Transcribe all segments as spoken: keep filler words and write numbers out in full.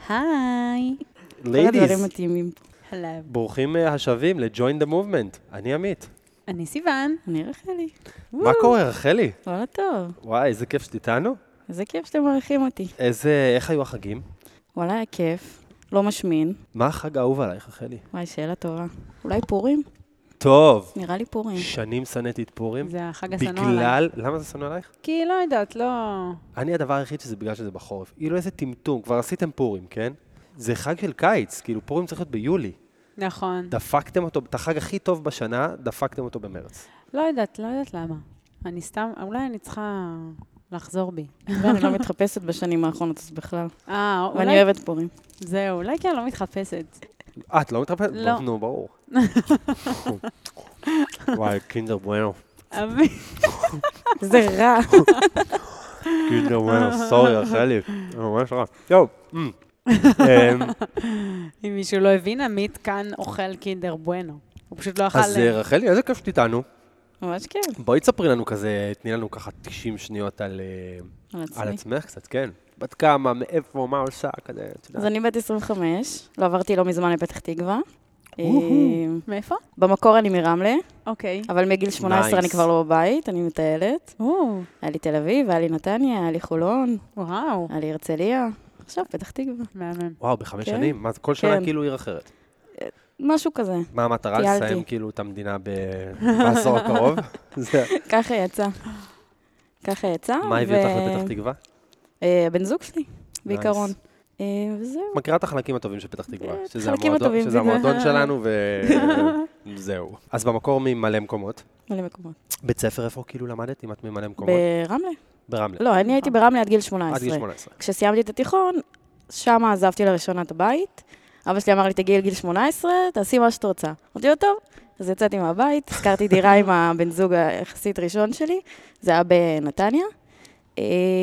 היי. כל הדברים ליידיז, מתאימים. הלו. ברוכים אה, השבים ל-Join the Movement. אני עמית. אני סיוון. אני רחלי. מה קורה, רחלי? וואלה טוב. וואי, איזה כיף שאת איתנו. איזה כיף שאתם מעריכים אותי. איזה, איך היו החגים? וואלה, היה כיף. לא משמין. מה החג האהוב עלייך, רחלי? וואי, שאלה טובה. אולי פורים? טוב. נראה לי פורים. שנים שנאתי את פורים. זה החג השנוא עליי. בגלל, למה זה שנוא עלייך? כי לא יודעת, לא... אני הדבר היחיד שזה בגלל שזה בחורף. אילו איזה טמטום, כבר עשיתם פורים, כן? זה חג של קיץ, כאילו פורים צריך להיות ביולי. נכון. דפקתם אותו, את החג הכי טוב בשנה, דפקתם אותו במרץ. לא יודעת, לא יודעת למה. אני סתם, אולי אני צריכה לחזור בי. ואני לא מתחפשת בשנים האחרונות, אז בכלל. אה, ואני אולי... אוהבת פורים. זהו, אולי כי אני לא מתחפשת. את לא מתחפשת? לא. נו, ברור. וואי, קינדר בואנו. אבי. זה רע. קינדר בואנו, סורי, רחלי. ממש רע. יואו. אם מישהו לא הבין, עמית כאן אוכל קינדר בואנו. הוא פשוט לא אכל... אז אה, רחלי, איזה כיף שאת איתנו. ממש כיף. בואי תספרי לנו כזה, תני לנו ככה תשעים שניות על אה, על על עצמי. עצמך קצת, כן. בת כמה, מאיפה, מה עושה, כזה, את אז יודעת. אני בת עשרים וחמש. לא עברתי לא מזמן לפתח תקווה. אה, מאיפה? במקור אני מרמלה, אוקיי. אבל מגיל שמונה עשרה אני Nice. כבר לא בבית, אני מטיילת. או, היה לי תל אביב, היה לי נתניה, היה לי חולון, וואו. היה לי הרצליה. עכשיו פתח תקווה. מהמם. וואו, בחמש כן. שנים? מה, כל שנה כן. כאילו עיר אחרת. משהו כזה. מה המטרה? טיילתי. לסיים כאילו את המדינה ב- בעשור הקרוב? זה- ככה יצא. ככה יצא. מה הביא אותך לפתח תקווה? אה, בן זוג שלי, בעיקרון. אה, וזהו. מכירה את החלקים הטובים של פתח תקווה. אה, שזה חלקים המועדון- הטובים, שזה בדיוק. המועדון שלנו, וזהו. אז במקור ממלא מקומות. מלא מקומות. בית ספר איפה כאילו למדת, אם את ממלא מקומות? ברמלה? ברמלה. לא, אני הייתי ברמלה עד גיל שמונה עד גיל עשרה. שמונה עשרה. כשסיימתי את התיכון, שם עזבתי לראשונה את הבית. אבא שלי אמר לי, תגיעי לגיל שמונה עשרה, תעשי מה שאת רוצה. אמרתי לו, טוב. אז יצאתי מהבית, הזכרתי דירה עם הבן זוג היחסית ראשון שלי, זה היה בנתניה, אה,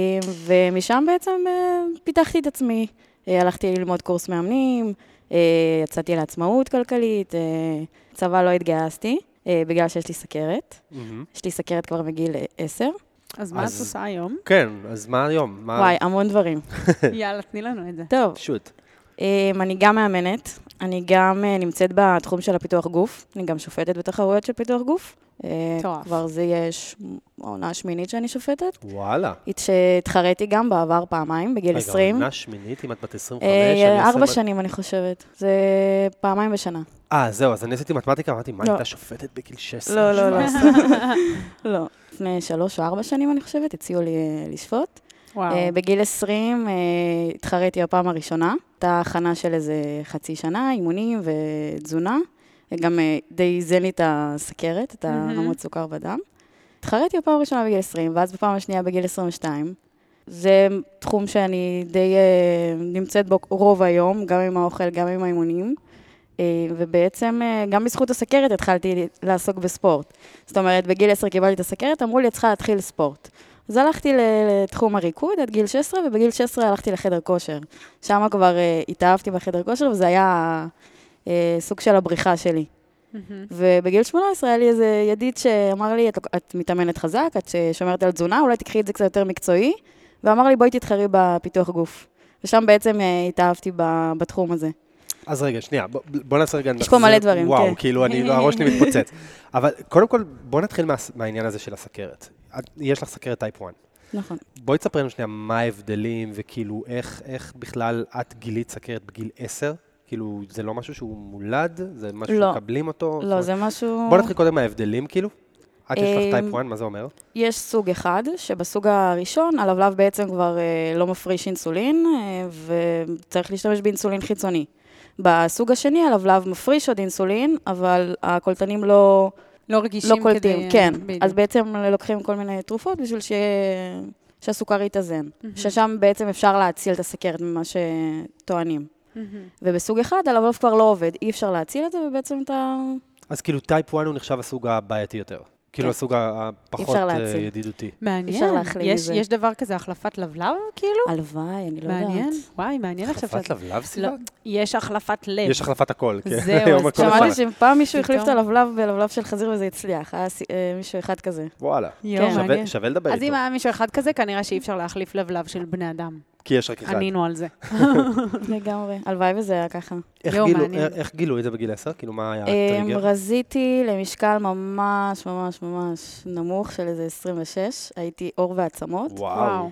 ומשם בעצם אה, פיתחתי את עצמי. אה, הלכתי ללמוד קורס מאמנים, אה, יצאתי לעצמאות כלכלית, אה, צבא לא התגייסתי, אה, בגלל שיש לי סכרת. מהמם. יש לי סכרת כבר מגיל אה, עשר. אז מה את אז- עושה היום? כן, אז מה היום? מה- וואי, המון דברים. יאללה, תני לנו את זה. טוב, שוט. Um, אני גם מאמנת, אני גם uh, נמצאת בתחום של הפיתוח גוף, אני גם שופטת בתחרויות של פיתוח גוף. Uh, טוב. כבר זה יש העונה השמינית שאני שופטת. וואלה. שהתחרתי גם בעבר פעמיים, בגיל עשרים. רגע, עונה שמינית, אם את בת עשרים וחמש, אה, אני ארבע עושה... שנים אני חושבת, זה פעמיים בשנה. אה, זהו, אז אני עשיתי מתמטיקה, אמרתי, מה לא. הייתה שופטת בגיל שש עשרה? לא, לא, לא. שבע עשרה? לא, לפני שלוש או ארבע שנים אני חושבת, הציעו לי אה, לשפוט. וואו. אה, בגיל עשרים אה, התחרתי הפעם הראשונה. הייתה הכנה של איזה חצי שנה, אימונים ותזונה. גם אה, די איזן לי את הסכרת, את מהמם. הרמות סוכר בדם. התחרתי הפעם הראשונה בגיל עשרים, ואז בפעם השנייה בגיל עשרים ושתיים. זה תחום שאני די אה, נמצאת בו רוב היום, גם עם האוכל, גם עם האימונים. אה, ובעצם אה, גם בזכות הסכרת התחלתי לעסוק בספורט. זאת אומרת, בגיל עשר קיבלתי את הסכרת, אמרו לי, את צריכה להתחיל ספורט. אז הלכתי לתחום הריקוד עד גיל שש עשרה, ובגיל שש עשרה הלכתי לחדר כושר. שם כבר אה, התאהבתי בחדר כושר, וזה היה אה, סוג של הבריחה שלי. מהמם. ובגיל שמונה עשרה היה לי איזה ידיד שאמר לי, את, את מתאמנת חזק, את שומרת על תזונה, אולי תקחי את זה קצת יותר מקצועי, ואמר לי, בואי תתחרי בפיתוח גוף. ושם בעצם אה, התאהבתי ב, בתחום הזה. אז רגע, שנייה, בוא- בוא נעשה רגע... יש פה זה- מלא דברים, וואו, כן. כאילו, אני, הראש שלי מתפוצץ. אבל קודם כל, בוא נתחיל מה- מהעניין הזה של הסכרת. את- יש לך סכרת טייפ אחת. נכון. בואי תספרי לנו שנייה מה ההבדלים, וכאילו, איך, איך בכלל את גילית סכרת בגיל עשר? כאילו, זה לא משהו שהוא מולד? זה משהו לא. שמקבלים אותו? זאת לא, אומרת, זה משהו... בוא נתחיל קודם מההבדלים, כאילו. את יש לך אמ, טייפ אחת, מה זה אומר? יש סוג אחד, שבסוג הראשון, הלבלב בעצם כבר אה, לא מפריש אינסולין, אה, וצריך להשתמש באינסולין חיצוני. בסוג השני, הלבלב מפריש עוד אינסולין, אבל הקולטנים לא, לא רגישים לא כדי... קולטים. כן, בדיוק. אז בעצם לוקחים כל מיני תרופות בשביל ש... שהסוכר יתאזן. מהמם. ששם בעצם אפשר להציל את הסכרת ממה שטוענים. מהמם. ובסוג אחד, הלבלב כבר לא עובד, אי אפשר להציל את זה, ובעצם אתה... אז כאילו, טייפ אחת הוא נחשב הסוג הבעייתי יותר. כאילו, כן. הסוג הפחות אפשר אה, להציל. ידידותי. מעניין. אפשר להחלים יש- מזה. יש דבר כזה, החלפת לבלב, כאילו? הלוואי, אני לא יודעת. מעניין. וואי, מעניין עכשיו החלפת שאת... לבלב, לא, סיוון? יש החלפת לב. יש החלפת הכל, כן. זהו, היום אז הכל שמעתי אחד. שפעם מישהו החליף את פתאום. הלבלב בלבלב של חזיר וזה הצליח. היה סי- אה, מישהו אחד כזה. וואלה. יואו, כן. שווה- מעניין. שווה לדבר אז איתו. אם היה מישהו אחד כזה, כנראה שאי אפשר להחליף לבלב של בני אדם. כי יש רק אחד. ענינו על זה. לגמרי. הלוואי וזה היה ככה. איך יום, גילו- מעניין. איך גילו את זה בגיל עשר? כאילו, מה היה אמ, הטריגר? רזיתי למשקל ממש ממש ממש נמוך של איזה עשרים ושש, הייתי עור ועצמות, וואו.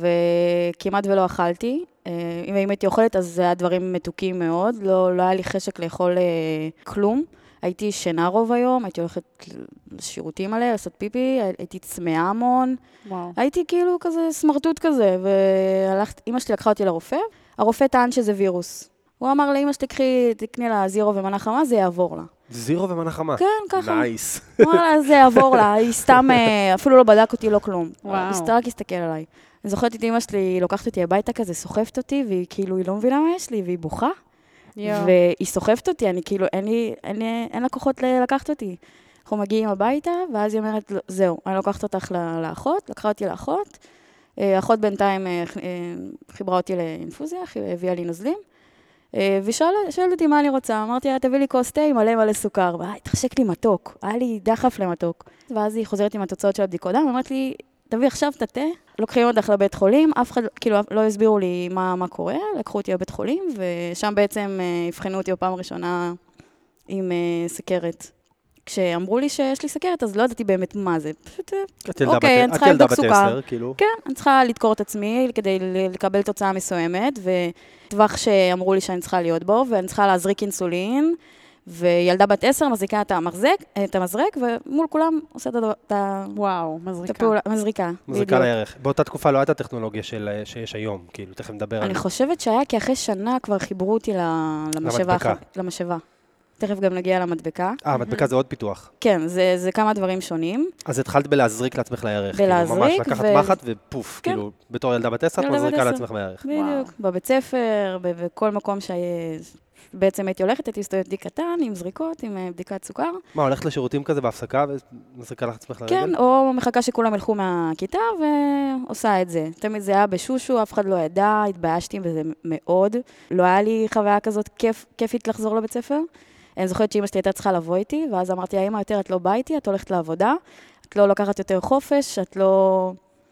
וכמעט ולא אכלתי. אה, אם אם הייתי אוכלת, אז זה היה דברים מתוקים מאוד, לא לא היה לי חשק לאכול אה, כלום. הייתי ישנה רוב היום, הייתי הולכת לשירותים עליה, לעשות פיפי, הייתי צמאה המון. וואו. הייתי כאילו כזה סמרטוט כזה, והלכת, אמא שלי לקחה אותי לרופא, הרופא טען שזה וירוס. הוא אמר לאמא שלי, קחי, תקני לה זירו ומנה חמה, זה יעבור לה. זירו ומנה חמה. כן, ככה. נייס. הוא אמר לה, זה יעבור לה, היא סתם, אה, אפילו לא בדק אותי, לא כלום. וואו. היא סתם רק הסתכל עליי. אני זוכרת את אמא שלי, לוקחת אותי הביתה כזה, סוחפת אותי, והיא כאילו, היא לא מבינה מה יש לי, והיא בוכה. יואו. והיא סוחפת אותי, אני כאילו, אין לי, אין לי, אין לה כוחות ל- לקחת אותי. אנחנו מגיעים הביתה, ואז היא אומרת, "לא, זהו, אני לוקחת אותך ל- לאחות, לקחה אותי לאחות. אה, אחות בינתיים אה, ח- אה, חיברה אותי לאינפוזיה, חי- הביאה לי נוזלים. אה, ושואלת אותי מה אני רוצה. אמרתי לה, תביא לי כוס תה מלא מלא סוכר. וואי, התחשק לי מתוק, היה לי דחף למתוק. ואז היא חוזרת עם התוצאות של הבדיקות דם, אמרת לי, תביא עכשיו את התה, לוקחים אותך לבית חולים, אף אחד, כאילו, לא הסבירו לי מה, מה קורה, לקחו אותי לבית חולים, ושם בעצם אה, הבחנו אותי בפעם הראשונה עם אה, סכרת. כשאמרו לי שיש לי סכרת, אז לא ידעתי באמת מה זה. פשוט, אה, את ילדה אוקיי, בת- אני את צריכה ילדה לבדוק בת סוכר. עשר, כאילו. כן, אני צריכה לדקור את עצמי כדי ל- לקבל תוצאה מסוימת, וטווח שאמרו לי שאני צריכה להיות בו, ואני צריכה להזריק אינסולין, וילדה בת עשר מזריקה את המחזק, את המזרק, ומול כולם עושה את הדבר- את ה- וואו, את מזריקה. הפעולה, מזריקה. מזריקה בדיוק. לירך. באותה תקופה לא הייתה טכנולוגיה של- שיש היום, כאילו, תכף נדבר על אני זה. חושבת שהיה כי אחרי שנה כבר חיברו אותי ל- למשאבה. למדבקה. אחת- למשאבה. תכף גם נגיע למדבקה. אה, המדבקה זה עוד פיתוח. כן, זה זה כמה דברים שונים. אז התחלת בלהזריק לעצמך לירך. כאילו, בלהזריק, ממש לקחת ו- מחט ופוף, כן. כאילו, בתור ילדה בת עשר, את ילדה בת מזריקה עשר. לעצמך לירך. בדיוק. בבית ספר, ב- בכל מקום שבעצם הייתי הולכת, הייתי מסתובבת די קטן, עם זריקות, עם אה, בדיקת סוכר. מה, הולכת לשירותים כזה בהפסקה ומזריקה לך עצמך לרגל? כן, או מחכה שכולם ילכו מהכיתה ועושה את זה. תמיד זה היה בשושו, אף אחד לא ידע, התביישתי בזה מאוד. לא היה לי חוויה כזאת כיף, כיפית לחזור לבית ספר. אני זוכרת שאמא שלי הייתה צריכה לבוא איתי, ואז אמרתי, האמא יותר את לא באה איתי, את הולכת לעבודה, את לא לוקחת יותר חופש, את לא...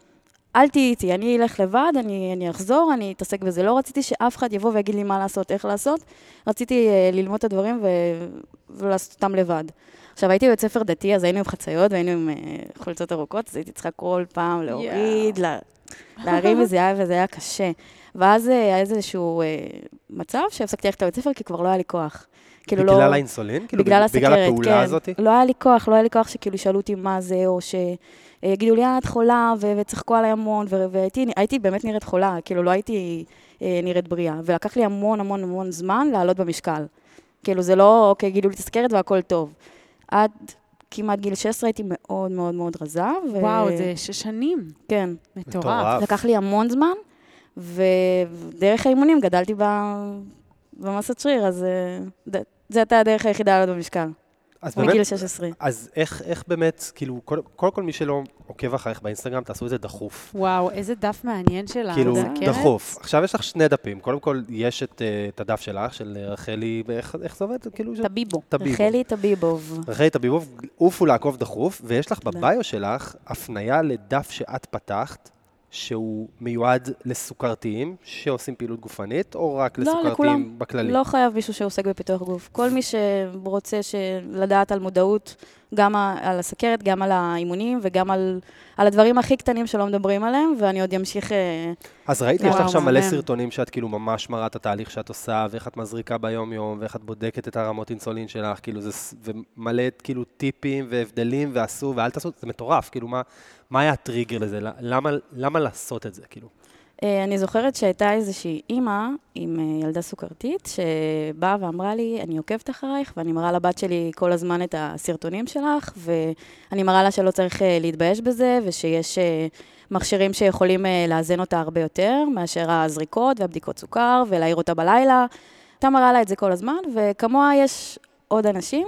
אל תהיי איתי, אני אלך לבד, אני, אני אחזור, אני אתעסק בזה. לא רציתי שאף אחד יבוא ויגיד לי מה לעשות, איך לעשות. רציתי uh, ללמוד את הדברים ו... ולעשות אותם לבד. עכשיו, הייתי בבית ספר דתי, אז היינו עם חציות והיינו עם uh, חולצות ארוכות, אז הייתי צריכה כל פעם להוריד, לה... להרים וזה היה, וזה היה קשה. ואז uh, היה איזשהו uh, מצב שהפסקתי ללכת לבית ספר, כי כבר לא היה לי כוח. כאילו בגלל לא... האינסולין? כאילו, בגלל בג- הסכרת, בגלל הפעולה כן. הזאת? לא היה לי כוח, לא היה לי כוח שכאילו שאלו אותי מה זה, או שיגידו לי, אה, את חולה, ו- וצחקו עליי המון, ו- והייתי הייתי באמת נראית חולה, כאילו לא הייתי אה, נראית בריאה, ולקח לי המון המון המון זמן לעלות במשקל. כאילו זה לא, אוקיי, גידו לי את הסכרת והכל טוב. עד כמעט גיל שש עשרה הייתי מאוד מאוד מאוד רזה. ו... וואו, זה שש שנים. כן. מטורף. מטורף. לקח לי המון זמן, ו- ודרך האימונים גדלתי ב- במסת שריר, אז אה, ד- זה הייתה הדרך היחידה לעלות במשקל. אז באמת, מגיל שש עשרה. אז איך, איך באמת, כאילו, כל, כל כל מי שלא עוקב אחריך באינסטגרם, תעשו את זה דחוף. וואו, איזה דף מעניין שלה. כאילו, סכרת. דחוף. עכשיו יש לך שני דפים. קודם כל, יש את, אה, את הדף שלך, של רחלי, איך, איך זה עובד? כאילו, ש- טביבו. טביבוב. רחלי טביבוב. רחלי טביבוב, עופו לעקוב דחוף, ויש לך תודה. בביו שלך הפנייה לדף שאת פתחת, שהוא מיועד לסוכרתיים שעושים פעילות גופנית, או רק לא, לסוכרתיים לכולם. בכללי? לא חייב מישהו שעוסק בפיתוח גוף. כל מי שרוצה ש- לדעת על מודעות, גם ה- על הסכרת, גם על האימונים, וגם על, על הדברים הכי קטנים שלא מדברים עליהם, ואני עוד אמשיך... אה, אז ראיתי, יש לך וואו, שם מלא מהמם. סרטונים שאת כאילו ממש מראה את התהליך שאת עושה, ואיך את מזריקה ביום-יום, ואיך את בודקת את הרמות אינסולין שלך, כאילו זה, ס- ומלא כאילו טיפים והבדלים, ועשו, ואל תעשו, זה מטורף, כאילו מה, מה היה הטריגר לזה? למה, למה לעשות את זה, כאילו? אה, אני זוכרת שהייתה איזושהי אימא עם אה, ילדה סוכרתית, שבאה ואמרה לי, אני עוקבת אחרייך, ואני מראה לבת שלי כל הזמן את הסרטונים שלך, ואני מראה לה שלא צריך אה, להתבייש בזה, ושיש אה, מכשירים שיכולים אה, לאזן אותה הרבה יותר, מאשר הזריקות והבדיקות סוכר, ולהעיר אותה בלילה. הייתה מראה לה את זה כל הזמן, וכמוה יש עוד אנשים,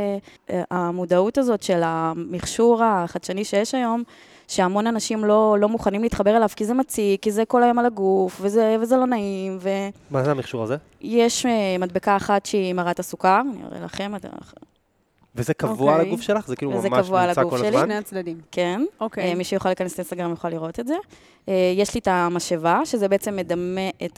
והמודעות הזאת של המכשור החדשני שיש היום, שהמון אנשים לא, לא מוכנים להתחבר אליו, כי זה מציק, כי זה כל היום על הגוף, וזה, וזה לא נעים, מה זה המכשור הזה? ויש uh, מדבקה אחת שהיא מראה את הסוכר, אני אראה לכם, את ה- וזה קבוע על אוקיי. הגוף שלך? זה כאילו וזה ממש קבוע על נמצא הגוף כל שלי. הזמן? שני הצדדים. כן. אוקיי. אה, מי שיוכל להיכנס לאינסטגרם יוכל לראות את זה. אה, יש לי את המשאבה, שזה בעצם מדמה את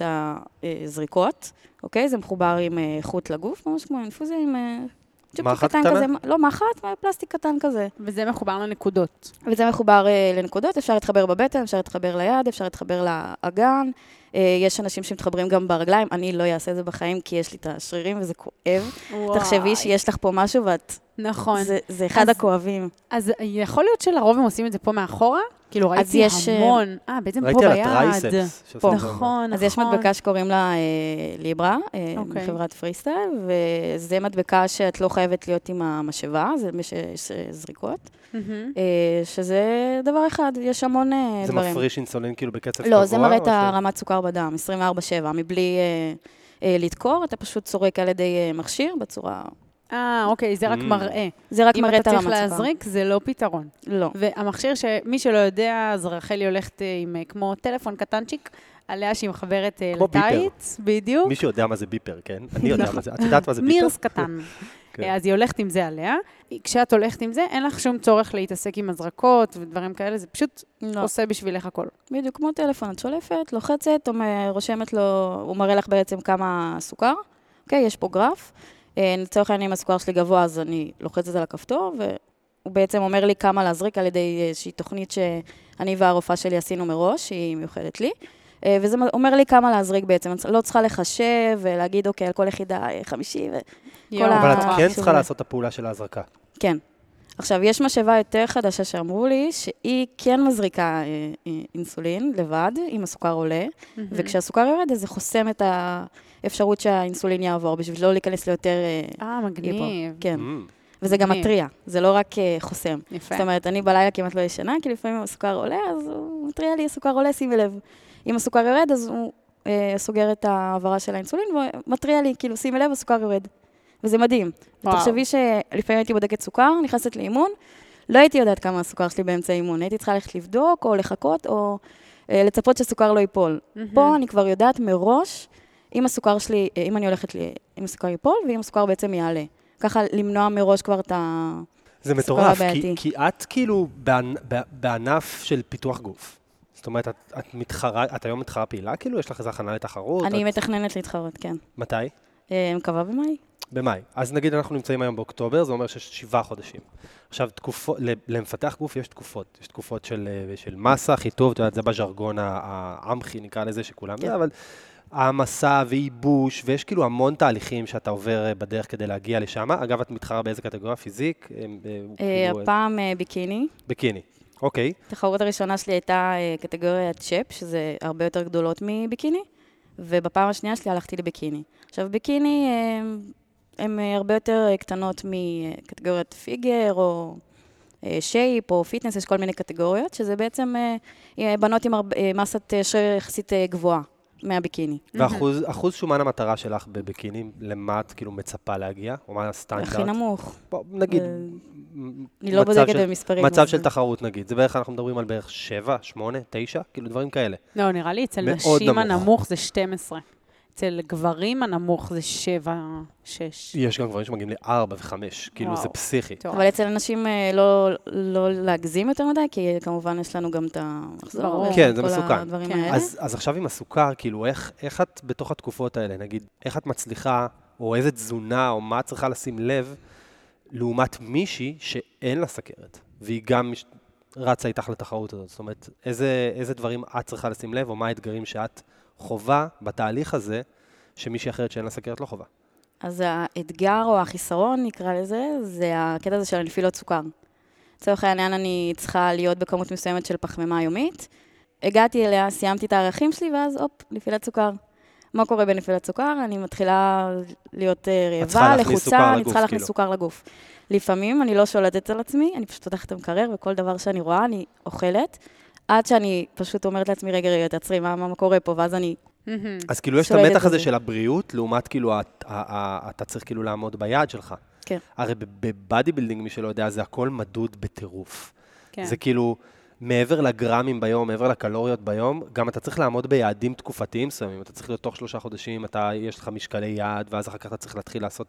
הזריקות, אוקיי? זה מחובר עם אה, חוט לגוף, ממש כמו אינפוזיה עם אה, צ'ופצ'יק מחט קטן קטנה? כזה. לא מחט, פלסטיק קטן כזה. וזה מחובר לנקודות. וזה מחובר אה, לנקודות, אפשר להתחבר בבטן, אפשר להתחבר ליד, אפשר להתחבר לאגן. אה, יש אנשים שמתחברים גם ברגליים, אני לא אעשה את זה בחיים, כי יש לי את השרירים וזה כואב. וואי. תחשבי שיש לך פה משהו ואת... נכון. זה, זה אחד אז- הכואבים. אז יכול להיות שלרוב הם עושים את זה פה מאחורה? כאילו אז ראיתי יש, אה, המון. אה, בעצם פה ראיתי על ביד. הטרייספס. שעושים פה. את זה. נכון, אז יש נכון. מדבקה שקוראים לה אה, ליברה, אה, אוקיי. מחברת פריסטייל, וזה מדבקה שאת לא חייבת להיות עם המשאבה, זה מי שיש אה, זריקות, מהמם. אה, שזה דבר אחד, יש המון אה, זה דברים. מפריש אינסולין כאילו בקצב קבוע? לא, זה מראה את או ש- הרמת סוכר בדם, עשרים וארבע שבע, מבלי אה, אה, לדקור, אתה פשוט צורק על ידי אה, מכשיר בצורה... אה, אוקיי, זה רק Mm. מראה. זה רק מראה אם את אתה הרמת צריך סוכר. להזריק, זה לא פתרון. לא. והמכשיר שמי שלא יודע, אז רחלי הולכת אה, עם אה, כמו טלפון קטנצ'יק, עליה שהיא מחברת אה, כמו ביפר. לטייץ, בדיוק. מישהו יודע מה זה ביפר, כן? אני יודע נכון. מה זה. את יודעת מה זה ביפר? מירס קטן. כן. אה, אז היא הולכת עם זה עליה. כשאת הולכת עם זה, אין לך שום צורך להתעסק עם הזרקות ודברים כאלה, זה פשוט לא. עושה בשבילך הכל. בדיוק כמו טלפון, את שולפת, לוחצת, אומר- רושמת לו, הוא מראה לך בעצם כמה סוכר, אוקיי, יש פה גרף, אה, לצורך העניין אם הסוכר שלי גבוה, אז אני לוחצת על הכפתור, והוא בעצם אומר לי כמה להזריק על ידי איזושהי תוכנית שאני והרופאה שלי עשינו מראש, שהיא מיוחדת לי, אה, וזה אומר לי כמה להזריק בעצם, אני לא צריכה לחשב ולהגיד, אוקיי, על כל יחידה אה, חמישי, ו... יואו, ה- אבל את אה, כן שוב, צריכה אה. לעשות את הפעולה של ההזרקה. כן. עכשיו, יש משאבה יותר חדשה שאמרו לי, שהיא כן מזריקה אה, אה, אינסולין לבד, אם הסוכר עולה, מהמם. וכשהסוכר יורד, אז זה חוסם את האפשרות שהאינסולין יעבור, בשביל לא להיכנס ליותר... אה, אה, מגניב. כן. Mm. וזה גם מגניב. מתריע, זה לא רק אה, חוסם. יפה. זאת אומרת, אני בלילה כמעט לא ישנה, כי לפעמים הסוכר עולה, אז הוא מתריע לי, הסוכר עולה, שימי לב. אם הסוכר יורד, אז הוא אה, סוגר את העברה של האינסולין, ומתריע לי, כאילו, שימי לב, הסוכר יורד. וזה מדהים. וואו. ותחשבי שלפעמים הייתי בודקת סוכר, נכנסת לאימון, לא הייתי יודעת כמה הסוכר שלי באמצע האימון, הייתי צריכה ללכת לבדוק, או לחכות, או אה, לצפות שסוכר לא ייפול. מהמם. פה אני כבר יודעת מראש, אם הסוכר שלי, אה, אם אני הולכת, לי, אם הסוכר ייפול, ואם הסוכר בעצם יעלה. ככה למנוע מראש כבר את ה... זה סוכר מטורף, כי, הבעייתי. כי את כאילו בענ- ב- בענף של פיתוח גוף. זאת אומרת, את, את מתחרה, את היום מתחרה פעילה, כאילו? יש לך איזו הכנה לתחרות? אני את... מתכננת להתחרות, כן. מתי? אה, מקווה במאי. במאי. אז נגיד אנחנו נמצאים היום באוקטובר, זה אומר שיש שבעה חודשים. עכשיו, תקופות, למפתח גוף יש תקופות. יש תקופות של, של מסה, חיטוב, את יודעת, זה בז'רגון העמחי, נקרא לזה, שכולם כן. זה, אבל העמסה וייבוש, ויש כאילו המון תהליכים שאתה עובר בדרך כדי להגיע לשם. אגב, את מתחרה באיזה קטגוריה? פיזיק? אה, אה, כאילו, הפעם אה, ביקיני. ביקיני. אוקיי. התחרות הראשונה שלי הייתה אה, קטגוריית צ'פ, שזה הרבה יותר גדולות מביקיני, ובפעם השנייה שלי הלכתי לביקיני. עכשיו, ביקיני הן הרבה יותר אה, קטנות מקטגוריית פיגר, או אה, שייפ, או פיטנס, יש כל מיני קטגוריות, שזה בעצם אה, אה, בנות עם הרבה, אה, מסת אה, שריר יחסית אה, גבוהה מהביקיני. ואחוז אחוז שומן המטרה שלך בביקיני, למה את כאילו מצפה להגיע? או מה הסטנדרט? הכי נמוך. בוא, נגיד, אה, מ- אני לא מצב בודקת של- במספרים. מצב אז- של תחרות נגיד, זה בערך, אנחנו מדברים על בערך שבע, שמונה, תשע, כאילו דברים כאלה. לא, נראה לי אצל מאוד נשים נמוך. הנמוך זה שתים עשרה. אצל גברים הנמוך זה שבע, שש. יש גם דברים שמגיעים לארבע וחמש, כאילו וואו. זה פסיכי. טוב. אבל אצל אנשים אה, לא, לא להגזים יותר מדי, כי כמובן יש לנו גם את המחזור. ברור. ואת כן, זה כל מסוכן. הדברים כן. האלה. אז, אז עכשיו עם הסוכר, כאילו, איך, איך את בתוך התקופות האלה, נגיד, איך את מצליחה, או איזה תזונה, או מה את צריכה לשים לב, לעומת מישהי שאין לה סכרת, והיא גם מש... רצה איתך לתחרות הזאת. זאת אומרת, איזה, איזה דברים את צריכה לשים לב, או מה האתגרים שאת חובה בתהליך הזה, שמישהי אחרת שאין לה סכרת לא חובה. אז האתגר או החיסרון, נקרא לזה, זה הקטע הזה של הנפילות סוכר. לצורך העניין, אני צריכה להיות בכמות מסוימת של פחמימה יומית. הגעתי אליה, סיימתי את הערכים שלי, ואז הופ, נפילת סוכר. מה קורה בנפילת סוכר? אני מתחילה להיות אה, צריכה רעבה, להכניס סוכר לחוצה, אני לגוף, צריכה להכניס כאילו. סוכר לגוף. לפעמים אני לא שולטת על עצמי, אני פשוט פותחת את המקרר, וכל דבר שאני רואה, אני אוכלת, עד שאני פשוט אומרת לעצמי, רגע, רגע, תעצרי, מה, מה קורה פה? ואז אני... מהמם. אז כאילו יש את שולטת המתח הזה בזה. של הבריאות, לעומת כאילו את- ה- ה- אתה צריך כאילו לעמוד ביעד שלך. כן. הרי בבאדי בילדינג, מי שלא יודע, זה הכל מדוד בטירוף. כן. זה כאילו, מעבר לגרמים ביום, מעבר לקלוריות ביום, גם אתה צריך לעמוד ביעדים תקופתיים מסוימים. אתה צריך להיות תוך שלושה חודשים, אתה, יש לך משקלי יעד, ואז אחר כך אתה צריך להתחיל לעשות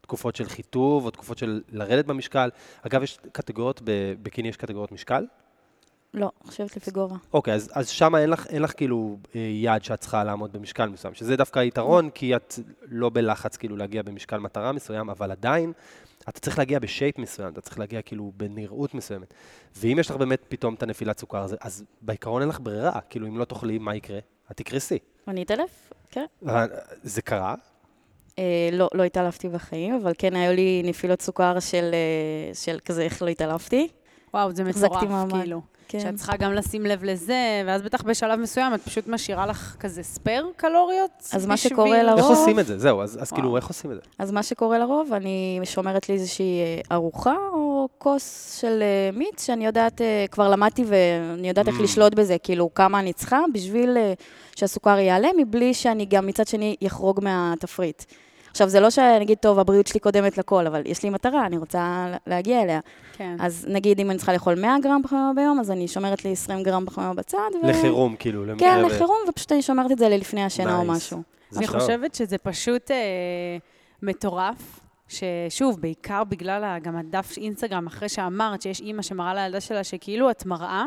תקופות של חיטוב, או תקופות של לרדת במשקל. אגב, יש קטגוריות, בביקיני יש קטגוריות משקל? לא, חושבת לפיגורה. אוקיי, אז, אז שם אין לך, אין לך כאילו יעד שאת צריכה לעמוד במשקל מסוים, שזה דווקא היתרון, כי את לא בלחץ כאילו להגיע במשקל מטרה מסוים, אבל עדיין אתה צריך להגיע בשייפ מסוים, אתה צריך להגיע כאילו בנראות מסוימת. ואם יש לך באמת פתאום את הנפילת סוכר הזה, אז בעיקרון אין לך ברירה, כאילו אם לא תאכלי, מה יקרה? את תקרסי. אני אתעלף? כן. זה קרה? אה, לא, לא התעלפתי בחיים, אבל כן, היו לי נפילות סוכר של, אה, של כזה, איך לא התעלפתי. וואו, זה מטורף, כאילו. כן. שאת צריכה גם לשים לב לזה, ואז בטח בשלב מסוים את פשוט משאירה לך כזה ספייר קלוריות. אז מה שקורה לרוב... איך עושים את זה? זהו, אז, אז כאילו, איך עושים את זה? אז מה שקורה לרוב, אני שומרת לי איזושהי ארוחה או כוס של מיץ, שאני יודעת, כבר למדתי ואני יודעת איך לשלוט בזה, כאילו כמה אני צריכה, בשביל שהסוכר יעלה, מבלי שאני גם מצד שני יחרוג מהתפריט. עכשיו, זה לא שאני אגיד, טוב, הבריאות שלי קודמת לכל, אבל יש לי מטרה, אני רוצה להגיע אליה. כן. אז נגיד, אם אני צריכה לאכול מאה גרם פחמימה ביום, אז אני שומרת לי עשרים גרם פחמימה בצד. ו... לחירום, כאילו. כן, ו... לחירום, ופשוט אני שומרת את זה ללפני השינה או משהו. אני חושבת שזה פשוט אה, מטורף, ששוב, בעיקר בגלל גם הדף אינסטגרם, אחרי שאמרת שיש אימא שמראה לילדה שלה, שכאילו את מראה,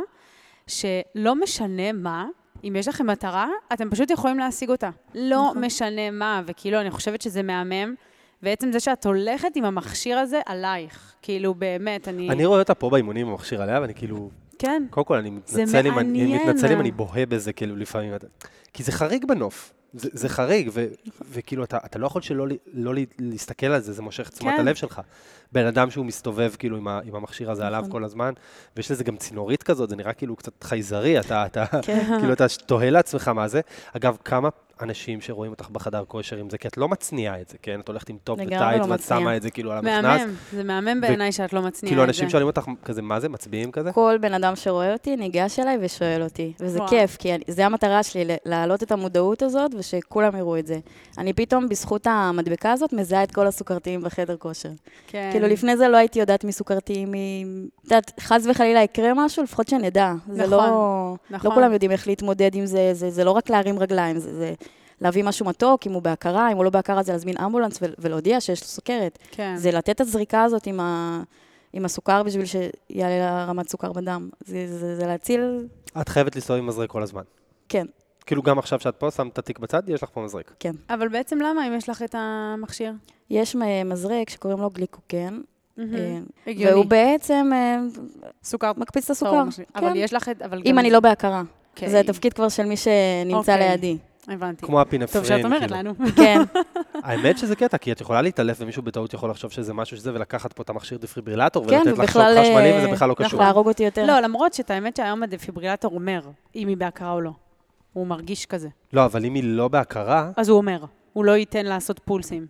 שלא משנה מה, אם יש לכם מטרה, אתם פשוט יכולים להשיג אותה. לא משנה מה, וכאילו אני חושבת שזה מהמם, ועצם זה שאת הולכת עם המכשיר הזה עלייך. כאילו באמת, אני... אני רואה אותה פה באימונים עם המכשיר עליה, ואני כאילו... כן. קודם כל, אני מתנצל אם אני מתנצל אם אני בוהה בזה, כאילו לפעמים... כי זה חריג בנוף. זה, זה חריג, ו, וכאילו אתה, אתה לא יכול שלא לא להסתכל על זה, זה מושך תשומת כן. הלב שלך. בן אדם שהוא מסתובב כאילו עם, ה, עם המכשיר הזה עליו כל הזמן, ויש לזה גם צינורית כזאת, זה נראה כאילו קצת חייזרי, אתה, אתה, כאילו אתה תוהה לעצמך מה זה. אגב, כמה אנשים שרואים אותך בחדר כושר עם זה, כי את לא מצניעה את זה, כן? את הולכת עם טופ וטייט, ואת שמה את זה כאילו על המכנס. מהמם, זה מהמם בעיניי שאת לא מצניעה את זה. כאילו אנשים שואלים אותך כזה, מה זה, מצביעים כזה? כל בן אדם שרואה אותי ניגש אליי ושואל אותי, וזה כיף, כי זה המטרה שלי, להעלות את המודעות הזאת, ושכולם יראו את זה. אני פתאום, בזכות המדבקה הזאת, מזהה את כל הסוכרתיים בחדר כושר. כן. כאילו לפני זה לא הייתי יודעת מי סוכרתיים, מי... יודעת, חס וחלילה יקרה משהו, לפחות שנדע. זה לא... לא כולם יודעים איך להתמודד עם זה, זה לא רק להרים רגליים, זה להביא משהו מתוק, אם הוא בהכרה, אם הוא לא בהכרה, זה להזמין אמבולנס ולהודיע שיש לו סוכרת. כן. זה לתת את הזריקה הזאת עם, ה... עם הסוכר בשביל שיעלה לה רמת סוכר בדם. זה, זה, זה להציל... את חייבת לנסוע עם מזרק כל הזמן. כן. כאילו גם עכשיו שאת פה, שמת את התיק בצד, יש לך פה מזרק. כן. אבל בעצם למה, אם יש לך את המכשיר? יש מזרק שקוראים לו גליקוקן, הגיוני. והוא בעצם סוכר. מקפיץ את הסוכר. אבל יש לך את... אם אני לא בהכרה. זה התפקיד כבר של מי שנמצא לידי. הבנתי. כמו הפינפרין. טוב שאת אומרת לנו. כן. האמת שזה קטע, כי את יכולה להתעלף ומישהו בטעות יכול לחשוב שזה משהו שזה, ולקחת פה את המכשיר דפיברילטור, כן, ולתת לך שוק חשמלי, וזה בכלל לא קשור. להרוג אותי יותר. לא, למרות שאת האמת שהיום הדפיברילטור אומר, אם היא בהכרה או לא. הוא מרגיש כזה. לא, אבל אם היא לא בהכרה... אז הוא אומר, הוא לא ייתן לעשות פולסים.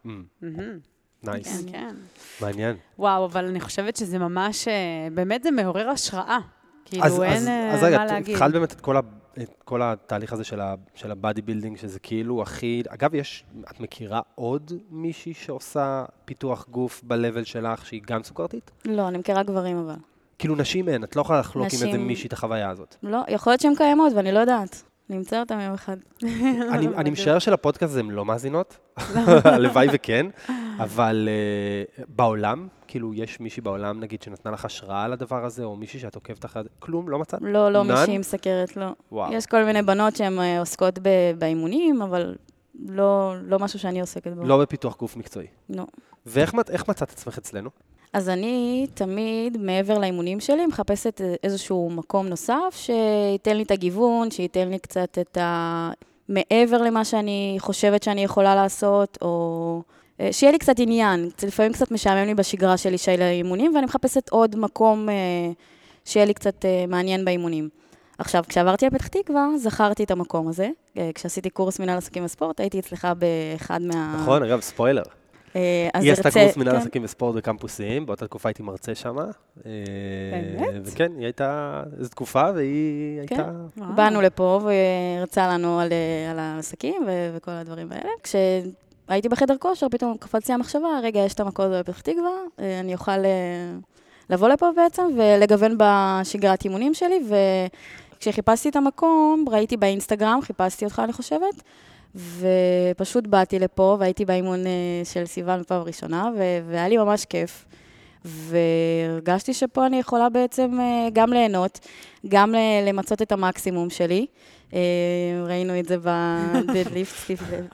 נייס. כן. מעניין. וואו, אבל אני חושבת שזה ממש, באמת זה מעורר השראה. כאילו אין מה להגיד. אז רגע, התחלת באמת את כל ה... את כל התהליך הזה של הבאדי בילדינג, שזה כאילו הכי... אגב, יש, את מכירה עוד מישהי שעושה פיתוח גוף ב-level שלך, שהיא גם סוכרתית? לא, אני מכירה גברים אבל. כאילו נשים אין, את לא יכולה לחלוק עם איזה מישהי את החוויה הזאת. לא, יכול להיות שהן קיימות ואני לא יודעת. נמצא אותם יום אחד. אני משער של הפודקאסט הזה הן לא מאזינות, הלוואי וכן, אבל בעולם, כאילו יש מישהי בעולם, נגיד, שנתנה לך השראה על הדבר הזה, או מישהי שאת עוקבת אחרי זה, כלום, לא מצאת? לא, לא מישהי עם סכרת, לא. יש כל מיני בנות שהן עוסקות באימונים, אבל לא משהו שאני עוסקת בו. לא בפיתוח גוף מקצועי. לא. ואיך מצאת עצמך אצלנו? אז אני תמיד, מעבר לאימונים שלי, מחפשת איזשהו מקום נוסף, שייתן לי את הגיוון, שייתן לי קצת את ה... מעבר למה שאני חושבת שאני יכולה לעשות, או... שיהיה לי קצת עניין, לפעמים קצת משעמם לי בשגרה שלי של האימונים, ואני מחפשת עוד מקום שיהיה לי קצת מעניין באימונים. עכשיו, כשעברתי לפתח תקווה, זכרתי את המקום הזה. כשעשיתי קורס מנהל עסקים וספורט, הייתי אצלך באחד מה... נכון, אגב, ספוילר. היא עשתה קורס מנהל עסקים וספורט בקמפוסים, באותה תקופה הייתי מרצה שם. באמת? וכן, היא הייתה איזו תקופה, והיא הייתה... באנו לפה והרצה לנו על העסקים וכל הדברים האלה. כשהייתי בחדר כושר, פתאום קפצתי המחשבה, רגע, יש את המקום בפתח תקווה, אני אוכל לבוא לפה בעצם ולגוון בשגרת אימונים שלי, וכשחיפשתי את המקום, ראיתי באינסטגרם, חיפשתי אותך, אני חושבת, ופשוט באתי לפה, והייתי באימון של סיוון בפעם הראשונה, והיה לי ממש כיף. והרגשתי שפה אני יכולה בעצם גם ליהנות, גם למצות את המקסימום שלי. ראינו את זה בדדליפט.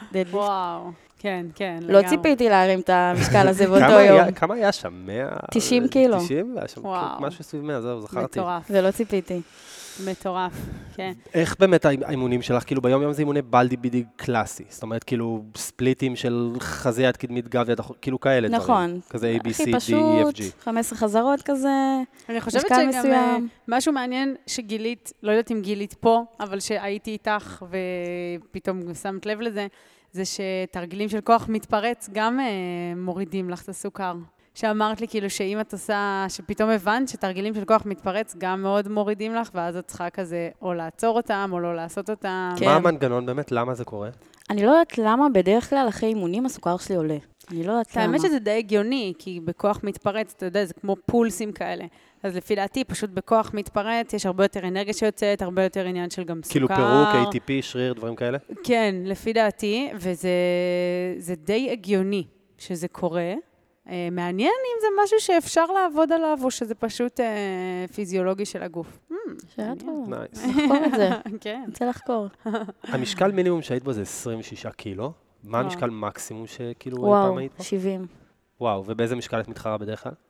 וואו, כן, כן. לא ציפיתי להרים את המשקל הזה באותו יום. כמה היה שם? מאה? תשעים קילו. תשעים? וואו. משהו סביב מאה, זהו, זכרתי. מטורף. ולא ציפיתי. מטורף, כן. איך באמת האימונים שלך? כאילו ביום יום זה אימוני בלדי בידי קלאסי. זאת אומרת, כאילו ספליטים של חזה יד קדמית גב יד, כאילו כאלה דברים. נכון. כזה A, B, C, D, E, F, G. הכי פשוט, חמש עשרה חזרות כזה, אני חושבת שגם משהו מעניין שגילית, לא יודעת אם גילית פה, אבל שהייתי איתך ופתאום שמת לב לזה, זה שתרגילים של כוח מתפרץ גם מורידים לך את הסוכר. שאמרת לי כאילו שאם את עושה, שפתאום הבנת שתרגילים של כוח מתפרץ גם מאוד מורידים לך, ואז את צריכה כזה או לעצור אותם או לא לעשות אותם. מה המנגנון באמת? למה זה קורה? אני לא יודעת למה בדרך כלל אחרי אימונים הסוכר שלי עולה. אני לא יודעת למה. האמת שזה די הגיוני, כי בכוח מתפרץ, אתה יודע, זה כמו פולסים כאלה. אז לפי דעתי, פשוט בכוח מתפרץ, יש הרבה יותר אנרגיה שיוצאת, הרבה יותר עניין של גם סוכר. כאילו פירוק, A T P, שריר, דברים כאלה? כן, לפי דעתי, וזה די הגיוני שזה קורה. מעניין אם זה משהו שאפשר לעבוד עליו, או שזה פשוט פיזיולוגי של הגוף. שהיה טוב. לחקור את זה. כן. רוצה לחקור. המשקל מינימום שהיית בו זה עשרים ושישה קילו. מה המשקל מקסימום שכאילו אי פעם היית בו? וואו, שבעים. וואו, ובאיזה משקל את מתחרה בדרך כלל?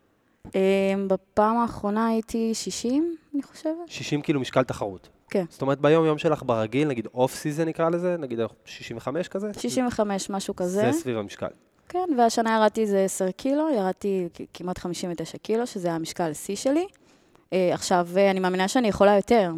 בפעם האחרונה הייתי שישים, אני חושבת. שישים כאילו משקל תחרות. כן. זאת אומרת, ביום יום שלך ברגיל, נגיד אוף סיזן נקרא לזה, נגיד שישים וחמש כזה? שישים וחמש, משהו כזה. זה סביב המשקל. כן, והשנה ירדתי איזה עשרה קילו, ירדתי כמעט חמישים ותשע קילו, שזה המשקל C שלי. עכשיו, אני מאמינה שאני יכולה יותר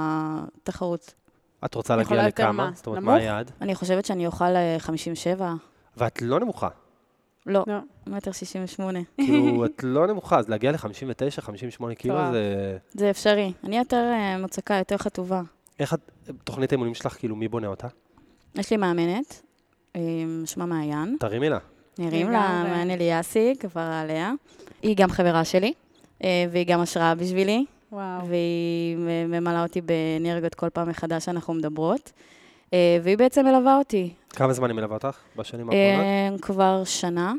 בתחרות. את רוצה להגיע לכמה? זאת אומרת, מה היעד? אני חושבת שאני אוכל חמישים ושבע. ואת לא נמוכה. לא, מטר שישים ושמונה. כאילו, את לא נמוכה, אז להגיע ל-חמישים ותשע, חמישים ושמונה קילו זה... זה אפשרי. אני יותר מוצקה, יותר חטובה. איך תוכנית האימונים שלך, כאילו, מי בונה אותה? יש לי מאמנת, שמה מעיין. תרימי לה. נרים לה, מעיין אליאסי, כפרה עליה. היא גם חברה שלי, והיא גם השראה בשבילי. וואו. והיא ממלאה אותי באנרגיות כל פעם מחדש שאנחנו מדברות. והיא בעצם מלווה אותי. כמה זמן היא מלווה אותך בשנים האחרונות? כבר שנה.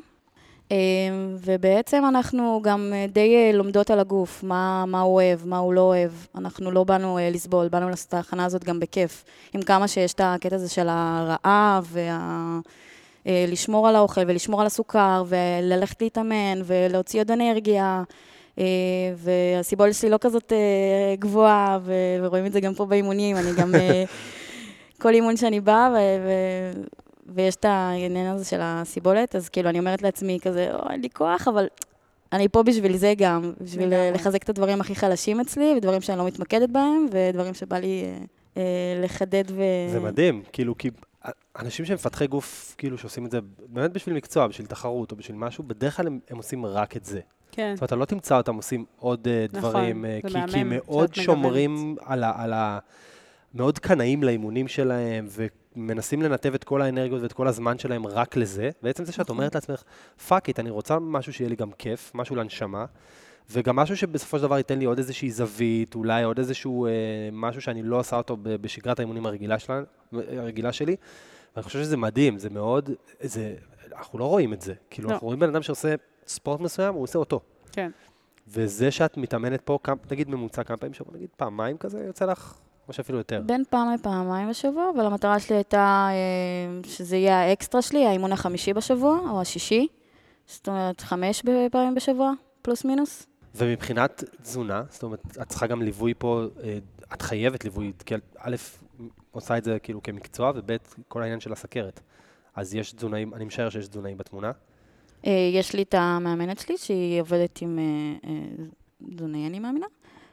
ובעצם אנחנו גם די לומדות על הגוף, מה, מה הוא אוהב, מה הוא לא אוהב. אנחנו לא באנו לסבול, באנו לעשות את ההכנה הזאת גם בכיף. עם כמה שיש את הקטע הזה של הרעב, וה... לשמור על האוכל ולשמור על הסוכר, וללכת להתאמן, ולהוציא עוד אנרגיה. והסיבולת שלי לא כזאת גבוהה, ורואים את זה גם פה באימונים. אני גם... כל אימון שאני באה, ו- ויש את העניין הזה של הסיבולת, אז כאילו אני אומרת לעצמי כזה, או, אין לי כוח, אבל אני פה בשביל זה גם, בשביל לחזק את הדברים הכי חלשים אצלי, ודברים שאני לא מתמקדת בהם, ודברים שבא לי אה, לחדד ו... זה מדהים, כאילו, כי אנשים שמפתחי גוף, כאילו, שעושים את זה באמת בשביל מקצוע, בשביל תחרות או בשביל משהו, בדרך כלל הם, הם עושים רק את זה. כן. זאת אומרת, אתה לא תמצא אותם עושים עוד uh, דברים, נכון, uh, זה כי, כי מאוד שומרים על ה... על ה מאוד קנאים לאימונים שלהם, ומנסים לנתב את כל האנרגיות ואת כל הזמן שלהם רק לזה. בעצם זה שאת אומרת לעצמך, פאק איט, אני רוצה משהו שיהיה לי גם כיף, משהו להנשמה, וגם משהו שבסופו של דבר ייתן לי עוד איזושהי זווית, אולי עוד איזשהו אה, משהו שאני לא עושה אותו בשגרת האימונים הרגילה, שלה, הרגילה שלי. ואני חושב שזה מדהים, זה מאוד, זה, אנחנו לא רואים את זה. כאילו, לא. אנחנו רואים בן אדם שעושה ספורט מסוים, הוא עושה אותו. כן. וזה שאת מתאמנת פה, נגיד ממוצע כמה פעמים שבוע, נגיד פעמיים כזה, יוצא לך... או שאפילו יותר. בין פעם לפעמיים בשבוע, אבל המטרה שלי הייתה שזה יהיה האקסטרה שלי, האימון החמישי בשבוע, או השישי. זאת אומרת, חמש פעמים בשבוע, פלוס מינוס. ומבחינת תזונה, זאת אומרת, את צריכה גם ליווי פה, את חייבת ליווי, כי א', עושה את זה כאילו כמקצוע, וב', כל העניין של הסכרת. אז יש תזונאים, אני משער שיש תזונאים בתמונה. יש לי את המאמנת שלי, שהיא עובדת עם תזונאי, אני מאמינה.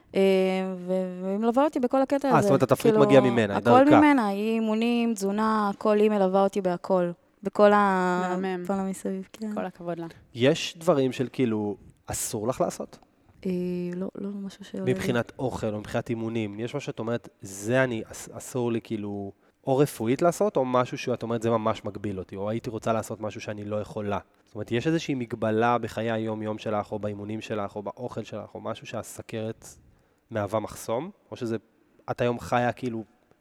והיא מלווה אותי בכל הקטע הזה. אה, זאת אומרת, התפריט מגיע ממנה, היא דרכה. הכל ממנה, היא אימונים, תזונה, הכל היא מלווה אותי בהכל. בכל המסביב, כן. כל הכבוד לה. יש דברים של כאילו, אסור לך לעשות? לא, לא משהו שעולה. מבחינת אוכל או מבחינת אימונים, יש משהו שאת אומרת, זה אני, אסור לי כאילו, או רפואית לעשות, או משהו שאת אומרת, זה ממש מגביל אותי, או הייתי רוצה לעשות משהו שאני לא יכולה. זאת אומרת, יש איזושהי מגבלה בחיי היום-יום שלך, או באימונים שלך, או באוכל שלך, או משהו שהסכרת מהווה מחסום, או שזה, את היום חיה כאילו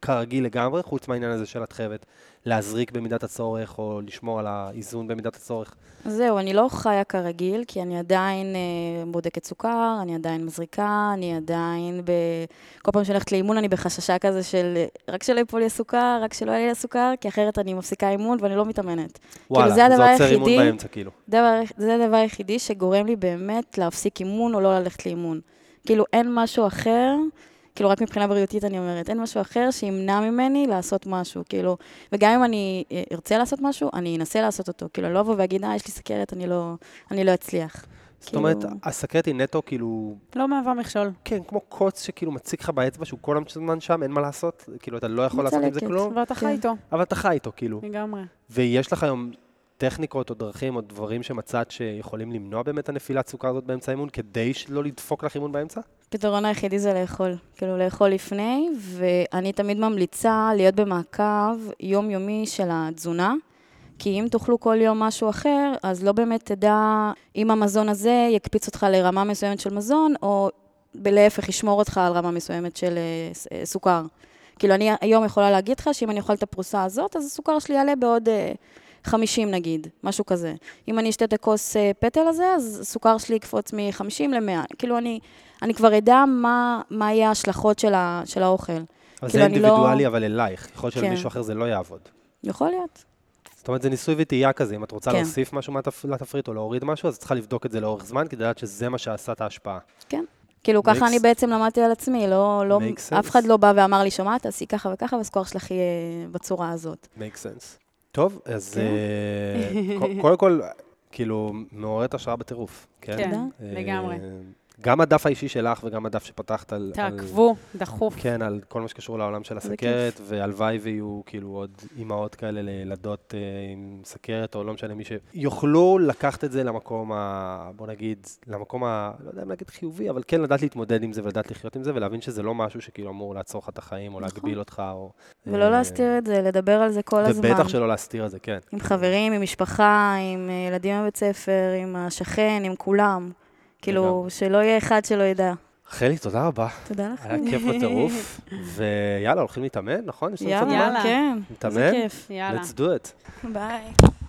כרגיל לגמרי, חוץ מהעניין הזה של את חייבת להזריק במידת הצורך, או לשמור על האיזון במידת הצורך? זהו, אני לא חיה כרגיל, כי אני עדיין אה, בודקת סוכר, אני עדיין מזריקה, אני עדיין ב... כל פעם שאני הולכת לאימון, אני בחששה כזה של רק שלא יפול לי הסוכר, רק שלא יהיה לי הסוכר, כי אחרת אני מפסיקה אימון ואני לא מתאמנת. וואלה, כאילו, זה הדבר זה עוצר אימון היחידי, באמצע, כאילו. דבר, זה הדבר היחידי שגורם לי באמת להפסיק אימון או לא ללכת לאימון. כאילו, אין משהו אחר, כאילו, רק מבחינה בריאותית אני אומרת, אין משהו אחר שימנע ממני לעשות משהו, כאילו, וגם אם אני ארצה לעשות משהו, אני אנסה לעשות אותו, כאילו, אני לא אבוא ואגיד, אה, יש לי סכרת, אני לא, אני לא אצליח. זאת אומרת, הסכרת היא נטו, כאילו... לא מהווה מכשול. כן, כמו קוץ שכאילו מציק לך באצבע, שהוא כל הזמן שם, אין מה לעשות, כאילו, אתה לא יכול לעשות עם זה כלום. ואתה חי איתו. אבל אתה חי איתו, כאילו. לגמרי. ויש לך היום טכניקות או דרכים או דברים שמצאת שיכולים למנוע באמת הנפילת סוכר הזאת באמצע אימון, כדי שלא לדפוק לך אימון באמצע? הפתרון היחידי זה לאכול, כאילו לאכול לפני, ואני תמיד ממליצה להיות במעקב יומיומי של התזונה, כי אם תאכלו כל יום משהו אחר, אז לא באמת תדע אם המזון הזה יקפיץ אותך לרמה מסוימת של מזון, או בלהפך ישמור אותך על רמה מסוימת של uh, סוכר. כאילו אני היום יכולה להגיד לך שאם אני אוכל את הפרוסה הזאת, אז הסוכר שלי יעלה בעוד uh, חמישים נגיד, משהו כזה. אם אני אשתה את הכוס uh, פטל הזה, אז הסוכר שלי יקפוץ מ-חמישים ל-מאה. כאילו אני, אני כבר אדע מה, מה יהיה ההשלכות של, ה, של האוכל. אבל כאילו זה אינדיבידואלי, לא... אבל אלייך. יכול להיות כן. שלמישהו אחר זה לא יעבוד. יכול להיות. זאת אומרת, זה ניסוי וטעייה כזה. אם את רוצה כן. להוסיף משהו לתפריט או להוריד משהו, אז את צריכה לבדוק את זה לאורך זמן, כדי לדעת שזה מה שעשה את ההשפעה. כן. כאילו, ככה אני בעצם למדתי על עצמי, לא, לא, אף אחד לא בא ואמר לי, שומעת, תעשי ככה וככה, והסוכר שלך יהיה בצורה הזאת. make sense. טוב, אז קודם כל, כאילו, מעוררת השראה בטירוף. כן, לגמרי. גם הדף האישי שלך וגם הדף שפתחת על... תעקבו, דחוף. כן, על כל מה שקשור לעולם של הסכרת, והלוואי ויהיו כאילו עוד אימהות כאלה לילדות עם סכרת, או לא משנה מי שיוכלו לקחת את זה למקום ה... בוא נגיד, למקום ה... לא יודע אם להגיד חיובי, אבל כן לדעת להתמודד עם זה ולדעת לחיות עם זה, ולהבין שזה לא משהו שכאילו אמור לעצור לך את החיים, או להגביל אותך, או... ולא להסתיר את זה, לדבר על זה כל הזמן. ובטח שלא להסתיר את זה, כן. עם חברים, עם משפחה, עם ילדים בבית ספר, עם השכן, עם כולם. כאילו, שלא יהיה אחד שלא ידע. חלי, תודה רבה. תודה לך. היה כיף בטירוף. ויאללה, הולכים להתאמן, נכון? יאללה, כן. להתאמן? זה כיף, יאללה. Let's do it. ביי.